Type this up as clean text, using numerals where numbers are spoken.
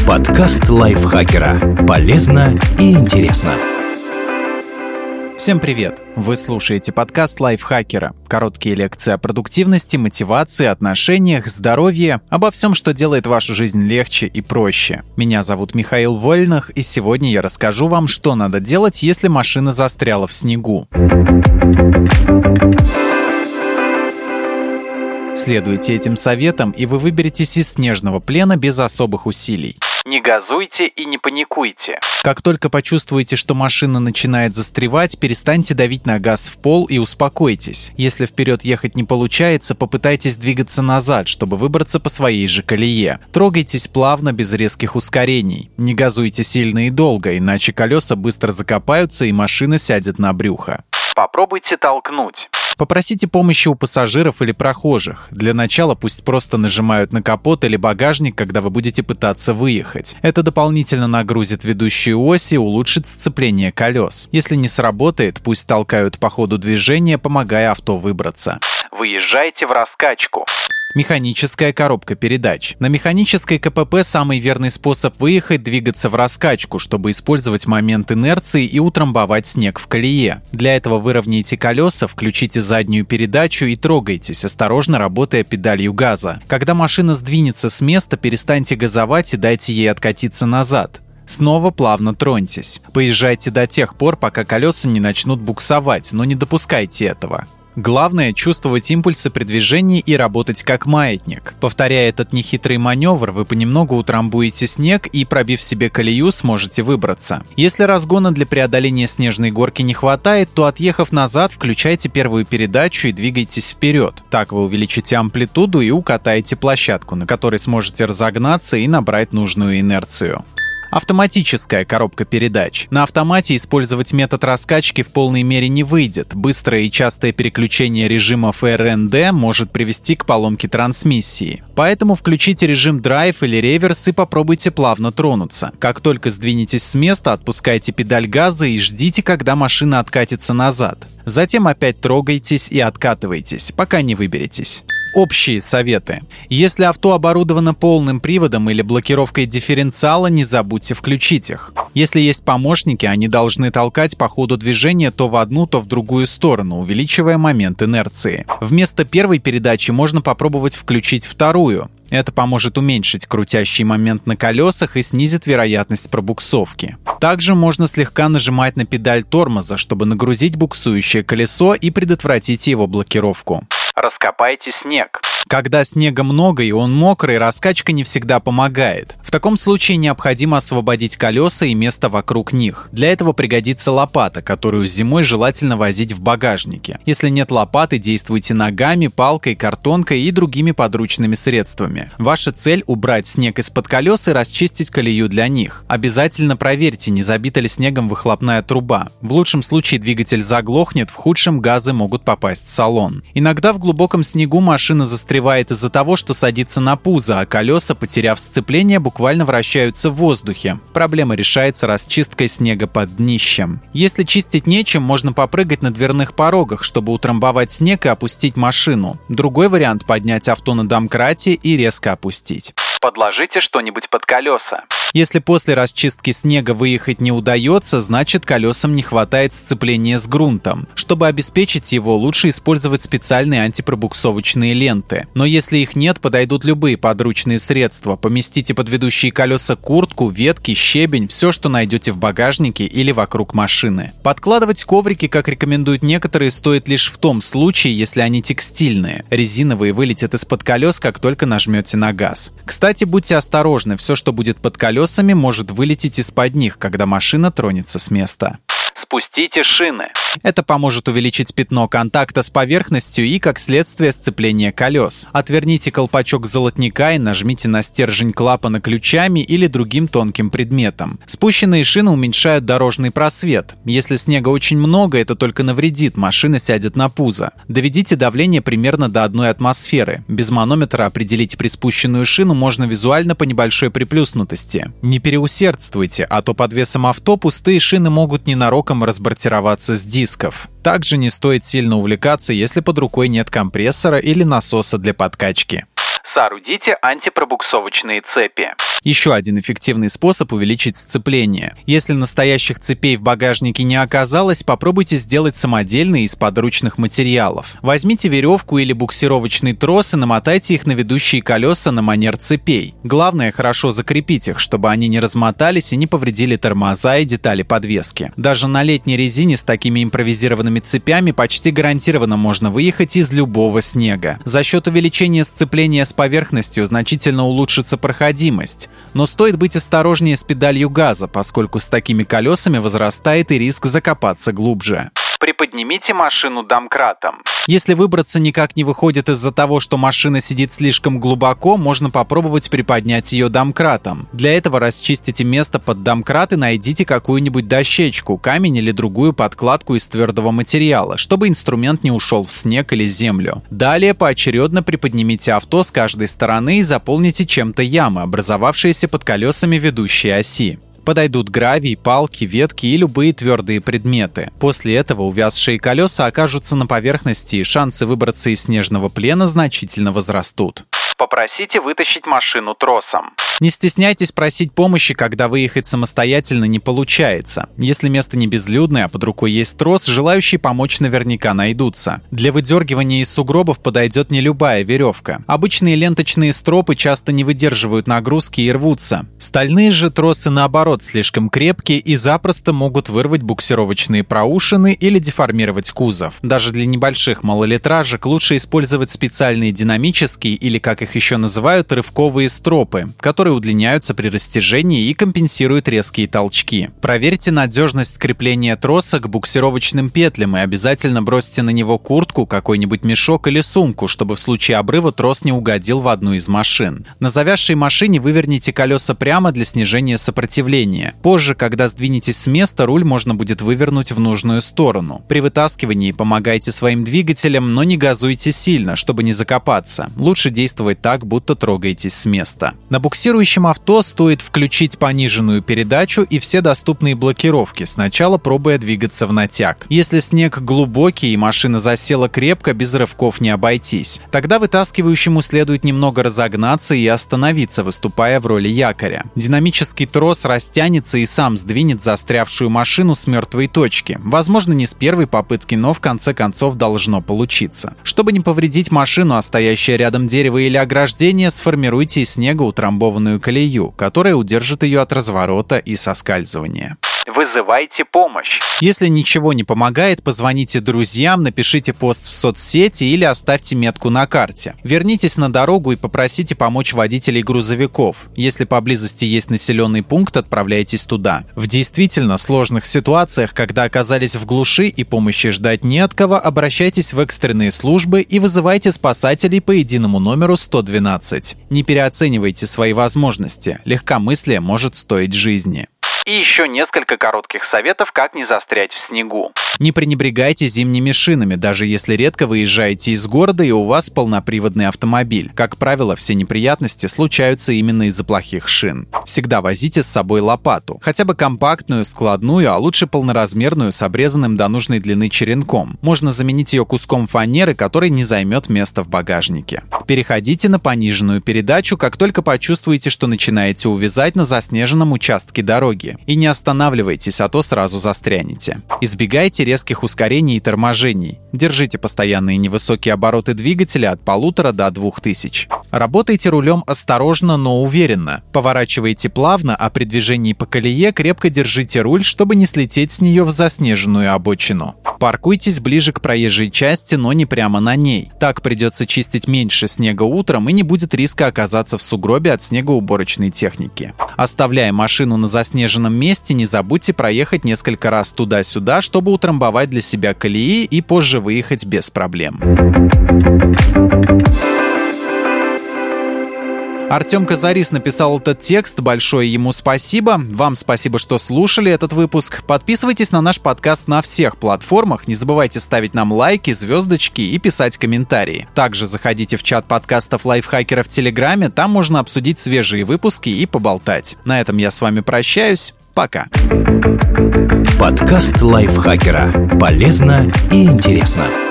Подкаст лайфхакера. Полезно и интересно. Всем привет! Вы слушаете подкаст лайфхакера. Короткие лекции о продуктивности, мотивации, отношениях, здоровье, обо всем, что делает вашу жизнь легче и проще. Меня зовут Михаил Вольных, и сегодня я расскажу вам, что надо делать, если машина застряла в снегу. Следуйте этим советам, и вы выберетесь из снежного плена без особых усилий. Не газуйте и не паникуйте. Как только почувствуете, что машина начинает застревать, перестаньте давить на газ в пол и успокойтесь. Если вперед ехать не получается, попытайтесь двигаться назад, чтобы выбраться по своей же колее. Трогайтесь плавно, без резких ускорений. Не газуйте сильно и долго, иначе колеса быстро закопаются и машина сядет на брюхо. Попробуйте толкнуть. Попросите помощи у пассажиров или прохожих. Для начала пусть просто нажимают на капот или багажник, когда вы будете пытаться выехать. Это дополнительно нагрузит ведущую ось и улучшит сцепление колес. Если не сработает, пусть толкают по ходу движения, помогая авто выбраться. Выезжайте в раскачку. Механическая коробка передач. На механической КПП самый верный способ выехать – двигаться в раскачку, чтобы использовать момент инерции и утрамбовать снег в колее. Для этого выровняйте колеса, включите заднюю передачу и трогайтесь, осторожно работая педалью газа. Когда машина сдвинется с места, перестаньте газовать и дайте ей откатиться назад. Снова плавно троньтесь. Поезжайте до тех пор, пока колеса не начнут буксовать, но не допускайте этого. Главное – чувствовать импульсы при движении и работать как маятник. Повторяя этот нехитрый маневр, вы понемногу утрамбуете снег и, пробив себе колею, сможете выбраться. Если разгона для преодоления снежной горки не хватает, то, отъехав назад, включайте первую передачу и двигайтесь вперед. Так вы увеличите амплитуду и укатаете площадку, на которой сможете разогнаться и набрать нужную инерцию. Автоматическая коробка передач. На автомате использовать метод раскачки в полной мере не выйдет. Быстрое и частое переключение режимов РНД может привести к поломке трансмиссии. Поэтому включите режим драйв или реверс и попробуйте плавно тронуться. Как только сдвинетесь с места, отпускайте педаль газа и ждите, когда машина откатится назад. Затем опять трогайтесь и откатывайтесь, пока не выберетесь. Общие советы. Если авто оборудовано полным приводом или блокировкой дифференциала, не забудьте включить их. Если есть помощники, они должны толкать по ходу движения то в одну, то в другую сторону, увеличивая момент инерции. Вместо первой передачи можно попробовать включить вторую. Это поможет уменьшить крутящий момент на колесах и снизит вероятность пробуксовки. Также можно слегка нажимать на педаль тормоза, чтобы нагрузить буксующее колесо и предотвратить его блокировку. Раскопайте снег. Когда снега много и он мокрый, раскачка не всегда помогает. В таком случае необходимо освободить колеса и место вокруг них. Для этого пригодится лопата, которую зимой желательно возить в багажнике. Если нет лопаты, действуйте ногами, палкой, картонкой и другими подручными средствами. Ваша цель – убрать снег из-под колес и расчистить колею для них. Обязательно проверьте, не забита ли снегом выхлопная труба. В лучшем случае двигатель заглохнет, в худшем газы могут попасть в салон. Иногда в глубоком снегу машина застревает из-за того, что садится на пузо, а колеса, потеряв сцепление, буквально вращаются в воздухе. Проблема решается расчисткой снега под днищем. Если чистить нечем, можно попрыгать на дверных порогах, чтобы утрамбовать снег и опустить машину. Другой вариант – поднять авто на домкрате и резко опустить. Подложите что-нибудь под колеса. Если после расчистки снега выехать не удается, значит колесам не хватает сцепления с грунтом. Чтобы обеспечить его, лучше использовать специальные антипробуксовочные ленты. Но если их нет, подойдут любые подручные средства. Поместите под ведущие колеса куртку, ветки, щебень, все, что найдете в багажнике или вокруг машины. Подкладывать коврики, как рекомендуют некоторые, стоит лишь в том случае, если они текстильные. Резиновые вылетят из-под колес, как только нажмете на газ. Кстати, будьте осторожны, все, что будет под колесами, может вылететь из-под них, когда машина тронется с места. Спустите шины. Это поможет увеличить пятно контакта с поверхностью и, как следствие, сцепление колес. Отверните колпачок золотника и нажмите на стержень клапана ключами или другим тонким предметом. Спущенные шины уменьшают дорожный просвет. Если снега очень много, это только навредит, машина сядет на пузо. Доведите давление примерно до 1 атмосферы. Без манометра определить приспущенную шину можно визуально по небольшой приплюснутости. Не переусердствуйте, а то под весом авто пустые шины могут ненароком разбортироваться с дисков. Также не стоит сильно увлекаться, если под рукой нет компрессора или насоса для подкачки. Соорудите антипробуксовочные цепи. Еще один эффективный способ увеличить сцепление. Если настоящих цепей в багажнике не оказалось, попробуйте сделать самодельные из подручных материалов. Возьмите веревку или буксировочный трос и намотайте их на ведущие колеса на манер цепей. Главное, хорошо закрепить их, чтобы они не размотались и не повредили тормоза и детали подвески. Даже на летней резине с такими импровизированными цепями почти гарантированно можно выехать из любого снега. За счет увеличения сцепления с поверхностью значительно улучшится проходимость. Но стоит быть осторожнее с педалью газа, поскольку с такими колесами возрастает и риск закопаться глубже. Приподнимите машину домкратом. Если выбраться никак не выходит из-за того, что машина сидит слишком глубоко, можно попробовать приподнять ее домкратом. Для этого расчистите место под домкрат и найдите какую-нибудь дощечку, камень или другую подкладку из твердого материала, чтобы инструмент не ушел в снег или землю. Далее поочередно приподнимите авто с каждой стороны и заполните чем-то ямы, образовавшиеся под колесами ведущей оси. Подойдут гравий, палки, ветки и любые твердые предметы. После этого увязшие колеса окажутся на поверхности, и шансы выбраться из снежного плена значительно возрастут. Попросите вытащить машину тросом. Не стесняйтесь просить помощи, когда выехать самостоятельно не получается. Если место не безлюдное, а под рукой есть трос, желающие помочь наверняка найдутся. Для выдергивания из сугробов подойдет не любая веревка. Обычные ленточные стропы часто не выдерживают нагрузки и рвутся. Стальные же тросы, наоборот, слишком крепкие и запросто могут вырвать буксировочные проушины или деформировать кузов. Даже для небольших малолитражек лучше использовать специальные динамические или, как их еще называют, рывковые стропы, которые удлиняются при растяжении и компенсируют резкие толчки. Проверьте надежность крепления троса к буксировочным петлям и обязательно бросьте на него куртку, какой-нибудь мешок или сумку, чтобы в случае обрыва трос не угодил в одну из машин. На завязшей машине выверните колеса прямо для снижения сопротивления. Позже, когда сдвинетесь с места, руль можно будет вывернуть в нужную сторону. При вытаскивании помогайте своим двигателям, но не газуйте сильно, чтобы не закопаться. Лучше действовать так, будто трогаетесь с места. На буксирующем авто стоит включить пониженную передачу и все доступные блокировки, сначала пробуя двигаться в натяг. Если снег глубокий и машина засела крепко, без рывков не обойтись. Тогда вытаскивающему следует немного разогнаться и остановиться, выступая в роли якоря. Динамический трос растянется и сам сдвинет застрявшую машину с мертвой точки. Возможно, не с первой попытки, но в конце концов должно получиться. Чтобы не повредить машину, а стоящее рядом дерево или ограждение, сформируйте из снега утрамбованную колею, которая удержит ее от разворота и соскальзывания. Вызывайте помощь. Если ничего не помогает, позвоните друзьям, напишите пост в соцсети или оставьте метку на карте. Вернитесь на дорогу и попросите помочь водителей грузовиков. Если поблизости есть населенный пункт, отправляйтесь туда. В действительно сложных ситуациях, когда оказались в глуши и помощи ждать не от кого, обращайтесь в экстренные службы и вызывайте спасателей по единому номеру 112. Не переоценивайте свои возможности. Легкомыслие может стоить жизни. И еще несколько коротких советов, как не застрять в снегу. Не пренебрегайте зимними шинами, даже если редко выезжаете из города и у вас полноприводный автомобиль. Как правило, все неприятности случаются именно из-за плохих шин. Всегда возите с собой лопату. Хотя бы компактную, складную, а лучше полноразмерную с обрезанным до нужной длины черенком. Можно заменить ее куском фанеры, который не займет места в багажнике. Переходите на пониженную передачу, как только почувствуете, что начинаете увязать на заснеженном участке дороги. И не останавливайтесь, а то сразу застрянете. Избегайте резких ускорений и торможений. Держите постоянные невысокие обороты двигателя от 1500 до 2000. Работайте рулем осторожно, но уверенно. Поворачивайте плавно, а при движении по колее крепко держите руль, чтобы не слететь с нее в заснеженную обочину. Паркуйтесь ближе к проезжей части, но не прямо на ней. Так придется чистить меньше снега утром и не будет риска оказаться в сугробе от снегоуборочной техники. Оставляя машину на заснеженном месте, не забудьте проехать несколько раз туда-сюда, чтобы утрамбовать для себя колеи и позже выехать без проблем. Артем Казарис написал этот текст, большое ему спасибо. Вам спасибо, что слушали этот выпуск. Подписывайтесь на наш подкаст на всех платформах, не забывайте ставить нам лайки, звездочки и писать комментарии. Также заходите в чат подкастов Лайфхакера в Телеграме, там можно обсудить свежие выпуски и поболтать. На этом я с вами прощаюсь. Пока. Подкаст Лайфхакера. Полезно и интересно.